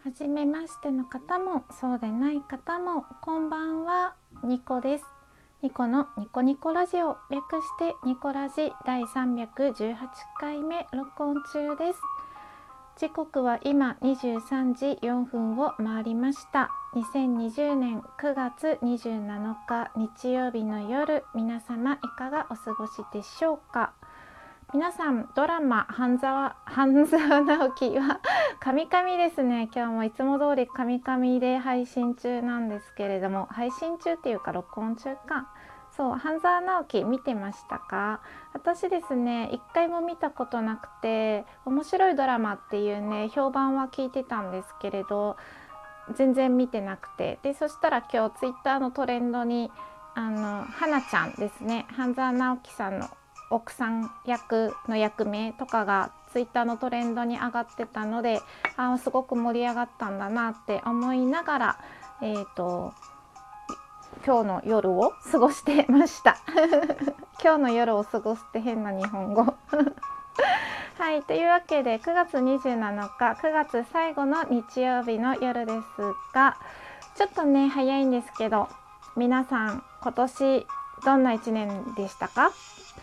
はじめましての方もそうでない方もこんばんは。ニコです。ニコのニコニコラジオ、略してニコラジ第318回目録音中です。時刻は今23時4分を回りました。2020年9月27日日曜日の夜、皆様いかがお過ごしでしょうか。皆さん、ドラマ半沢直樹はカミカミですね。今日もいつも通りカミカミで配信中なんですけれども、配信中っていうか録音中か。そう、半沢直樹見てましたか？私ですね、一回も見たことなくて、面白いドラマっていうね評判は聞いてたんですけれど、全然見てなくて、でそしたら今日ツイッターのトレンドに花ちゃんですね、半沢直樹さんの奥さん役の役名とかがツイッターのトレンドに上がってたので、すごく盛り上がったんだなって思いながら、今日の夜を過ごしてました今日の夜を過ごすって変な日本語はい、というわけで9月27日、9月最後の日曜日の夜ですが、ちょっとね早いんですけど、皆さん今年どんな1年でしたか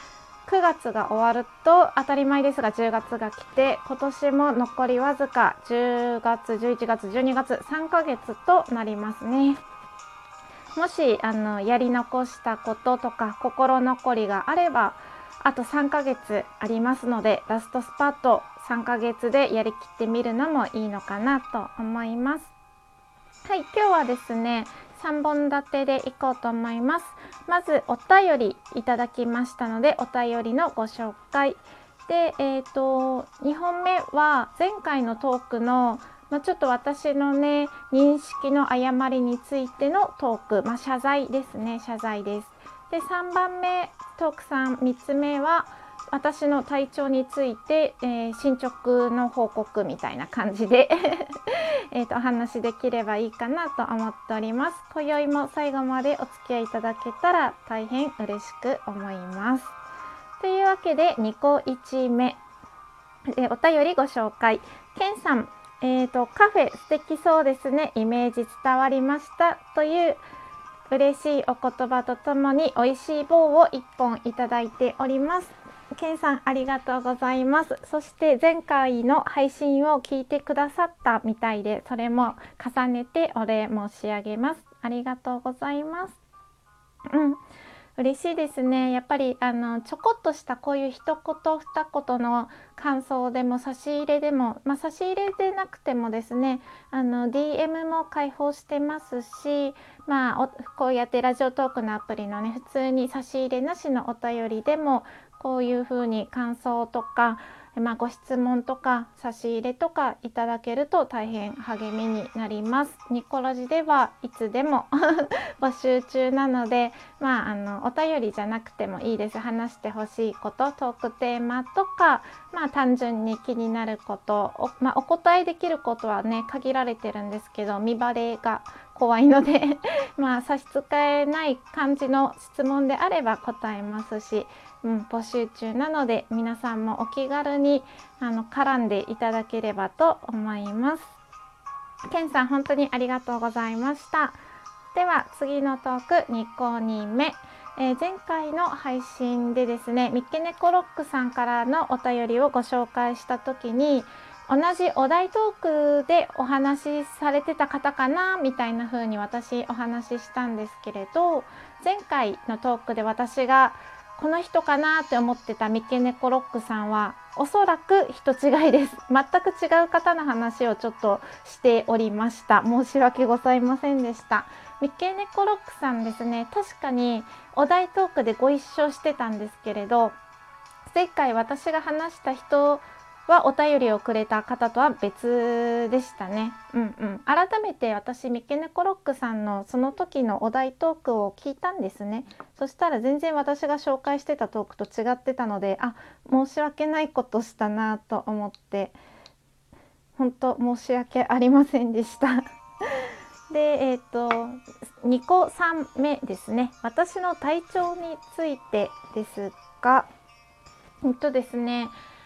？9月が終わると当たり前ですが10月が来て、今年も残りわずか10月、11月、12月3ヶ月となりますね。もしやり残したこととか心残りがあれば、あと3ヶ月ありますので、ラストスパート3ヶ月でやりきってみるのもいいのかなと思います。はい、今日はですね3本立てでいこうと思います。まずお便りいただきましたので、お便りのご紹介で、2本目は前回のトークのちょっと私のね認識の誤りについてのトーク、謝罪ですね、謝罪です。で3番目トーク3つ目は私の体調について、進捗の報告みたいな感じでお話できればいいかなと思っております。今宵も最後までお付き合いいただけたら大変嬉しく思います。というわけで2個1目、お便りご紹介。けんさん、カフェ素敵そうですね、イメージ伝わりましたという嬉しいお言葉とともに美味しい棒を1本いただいております。けんさんありがとうございます。そして前回の配信を聞いてくださったみたいで、それも重ねてお礼申し上げます。ありがとうございます。嬉しいですね。やっぱりちょこっとしたこういう一言二言の感想でも差し入れでも、差し入れでなくてもですね、DM も開放してますし、こうやってラジオトークのアプリのね、普通に差し入れなしのお便りでもこういう風に感想とか、ご質問とか差し入れとかいただけると大変励みになります。ニコラジではいつでも募集中なので、お便りじゃなくてもいいです。話してほしいこと、トークテーマとか、単純に気になることお答えできることはね限られてるんですけど、見バレが怖いので差し支えない感じの質問であれば答えますし、募集中なので皆さんもお気軽に絡んでいただければと思います。けんさん本当にありがとうございました。では次のトーク2個2目、前回の配信でですね、ミッケネコロックさんからのお便りをご紹介した時に、同じお題トークでお話しされてた方かなみたいな風に私お話ししたんですけれど、前回のトークで私がこの人かなって思ってたミッケネコロックさんはおそらく人違いです。全く違う方の話をちょっとしておりました。申し訳ございませんでした。ミッケネコロックさんですね、確かにお題トークでご一緒してたんですけれど、前回私が話した人はお便りをくれた方とは別でしたね。改めて私ミッケネコロックさんのその時のお題トークを聞いたんですね。そしたら全然私が紹介してたトークと違ってたので、申し訳ないことしたなと思って、本当申し訳ありませんでしたで、2個3目ですね、私の体調についてですが、ですね、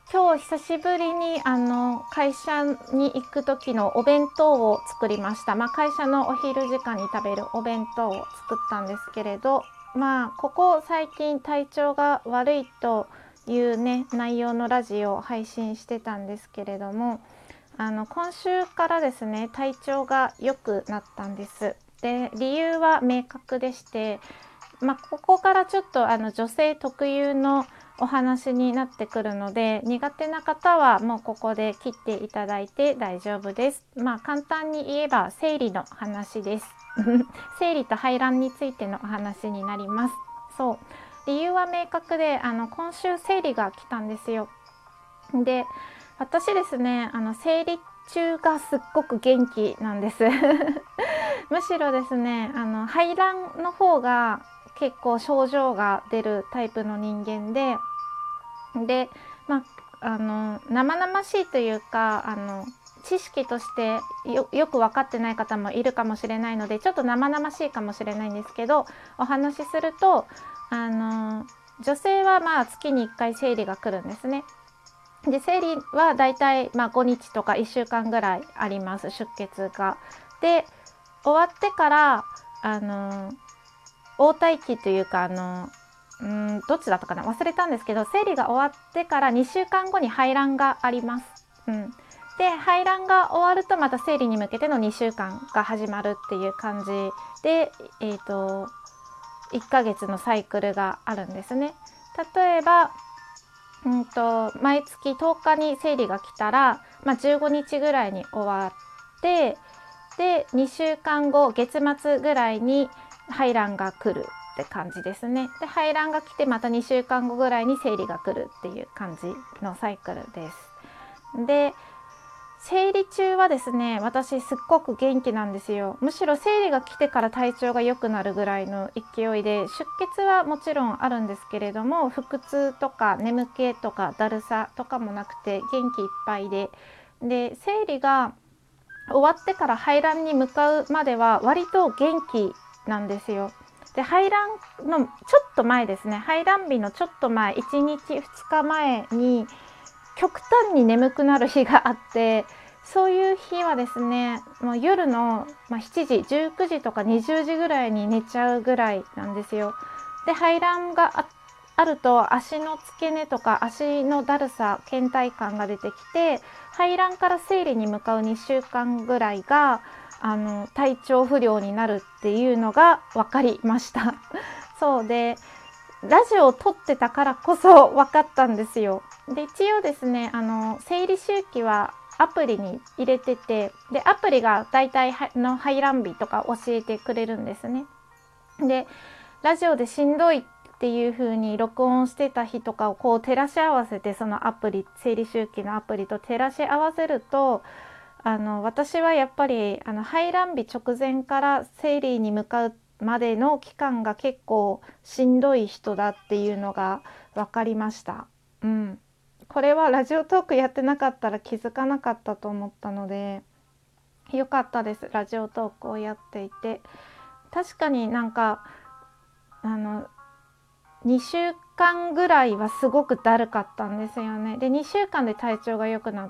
今日久しぶりに会社に行く時のお弁当を作りました。会社のお昼時間に食べるお弁当を作ったんですけれど、ここ最近体調が悪いというね内容のラジオを配信してたんですけれども、今週からですね体調が良くなったんです。で、理由は明確でして、ここからちょっと女性特有のお話になってくるので、苦手な方はもうここで切っていただいて大丈夫です。簡単に言えば生理の話です生理と排卵についてのお話になります。そう、理由は明確で、今週生理が来たんですよ。で、私ですね生理中がすっごく元気なんですむしろですね排卵の方が結構症状が出るタイプの人間で、生々しいというか知識としてよく分かってない方もいるかもしれないので、ちょっと生々しいかもしれないんですけど、お話しすると女性は月に1回生理が来るんですね。で、生理はだいたい5日とか1週間ぐらいあります、出血が。で、終わってから黄体期というかどっちだったかな忘れたんですけど、生理が終わってから2週間後に排卵があります。で、排卵が終わるとまた生理に向けての2週間が始まるっていう感じで、1ヶ月のサイクルがあるんですね。例えば毎月10日に生理が来たら、15日ぐらいに終わって、で2週間後月末ぐらいに排卵が来るって感じですね。で、排卵が来てまた2週間後ぐらいに生理が来るっていう感じのサイクルです。で、生理中はですね私すっごく元気なんですよ。むしろ生理が来てから体調が良くなるぐらいの勢いで、出血はもちろんあるんですけれども、腹痛とか眠気とかだるさとかもなくて元気いっぱいで、生理が終わってから排卵に向かうまでは割と元気なんですよ。で、排卵のちょっと前ですね、排卵日のちょっと前、1日2日前に極端に眠くなる日があって、そういう日はですねもう夜の7時19時とか20時ぐらいに寝ちゃうぐらいなんですよ。で、排卵があると足の付け根とか足のだるさ、倦怠感が出てきて、排卵から生理に向かう2週間ぐらいが体調不良になるっていうのが分かりましたそうで、ラジオを撮ってたからこそ分かったんですよ。で、一応ですね生理周期はアプリに入れてて、でアプリがだいたいの排卵日とか教えてくれるんですね。で、ラジオでしんどいっていう風に録音してた日とかをこう照らし合わせて、そのアプリ、生理周期のアプリと照らし合わせると私はやっぱり排卵日直前から生理に向かうまでの期間が結構しんどい人だっていうのが分かりました。これはラジオトークやってなかったら気づかなかったと思ったので良かったです、ラジオトークをやっていて。確かに2週間ぐらいはすごくだるかったんですよね。で、2週間で体調が良くなって、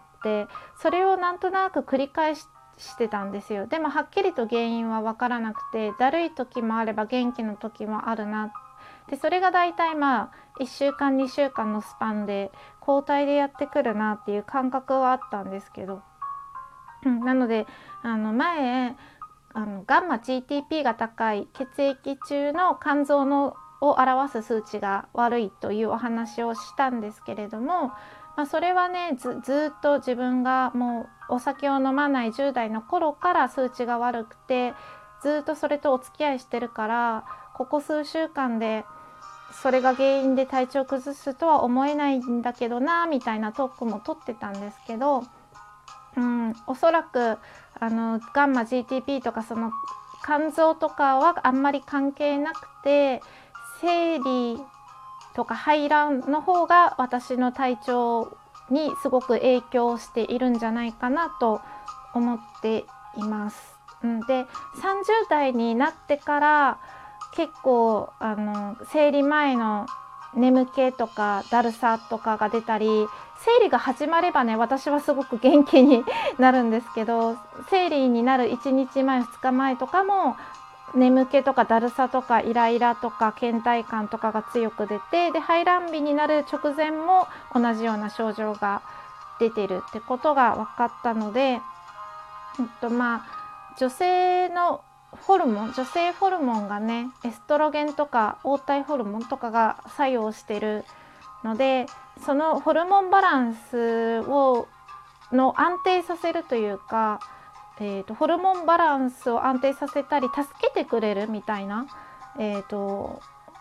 それをなんとなく繰り返してたんですよ。でもはっきりと原因は分からなくて、だるい時もあれば元気の時もあるな。で、それがだいたい1週間2週間のスパンで交代でやってくるなっていう感覚はあったんですけど、なので前ガンマ GTP が高い血液中の肝臓のを表す数値が悪いというお話をしたんですけれども、それはねずっと自分がもうお酒を飲まない10代の頃から数値が悪くて、ずっとそれとお付き合いしてるから、ここ数週間でそれが原因で体調崩すとは思えないんだけどなみたいなトークも取ってたんですけど、おそらくガンマ GTP とかその肝臓とかはあんまり関係なくて、生理とか排卵の方が私の体調にすごく影響しているんじゃないかなと思っています。で、30代になってから結構生理前の眠気とかだるさとかが出たり、 生理が始まればね、私はすごく元気になるんですけど、生理になる1日前2日前とかも眠気とかだるさとかイライラとか倦怠感とかが強く出て、で排卵日になる直前も同じような症状が出てるってことが分かったので、女性のホルモン、女性ホルモンがね、エストロゲンとか黄体ホルモンとかが作用してるので、そのホルモンバランスの安定させるというか、ホルモンバランスを安定させたり助けてくれるみたいな、ハ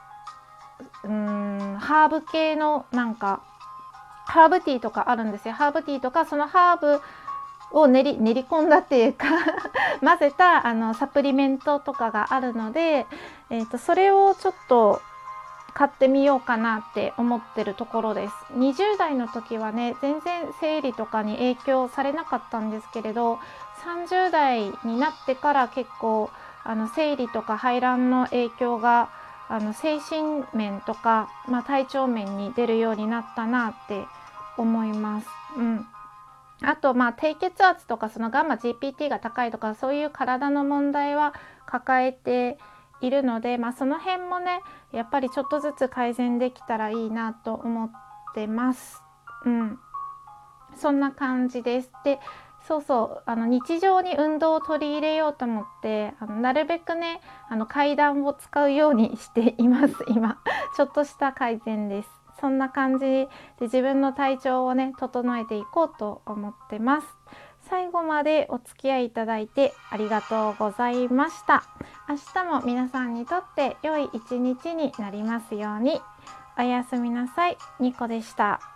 ーブ系のなんかハーブティーとかあるんですよ。ハーブティーとか、そのハーブを練り込んだっていうか混ぜたサプリメントとかがあるので、それをちょっと買ってみようかなって思ってるところです。20代の時はね、全然生理とかに影響されなかったんですけれど、30代になってから結構生理とか排卵の影響が精神面とか、体調面に出るようになったなって思います。あと低血圧とかそのガンマ GPT が高いとか、そういう体の問題は抱えているので、その辺もねやっぱりちょっとずつ改善できたらいいなと思ってます。そんな感じです。で、日常に運動を取り入れようと思ってなるべくね階段を使うようにしています。今ちょっとした改善です。そんな感じで自分の体調をね整えていこうと思ってます。最後までお付き合いいただいてありがとうございました。明日も皆さんにとって良い一日になりますように。おやすみなさい。ニコでした。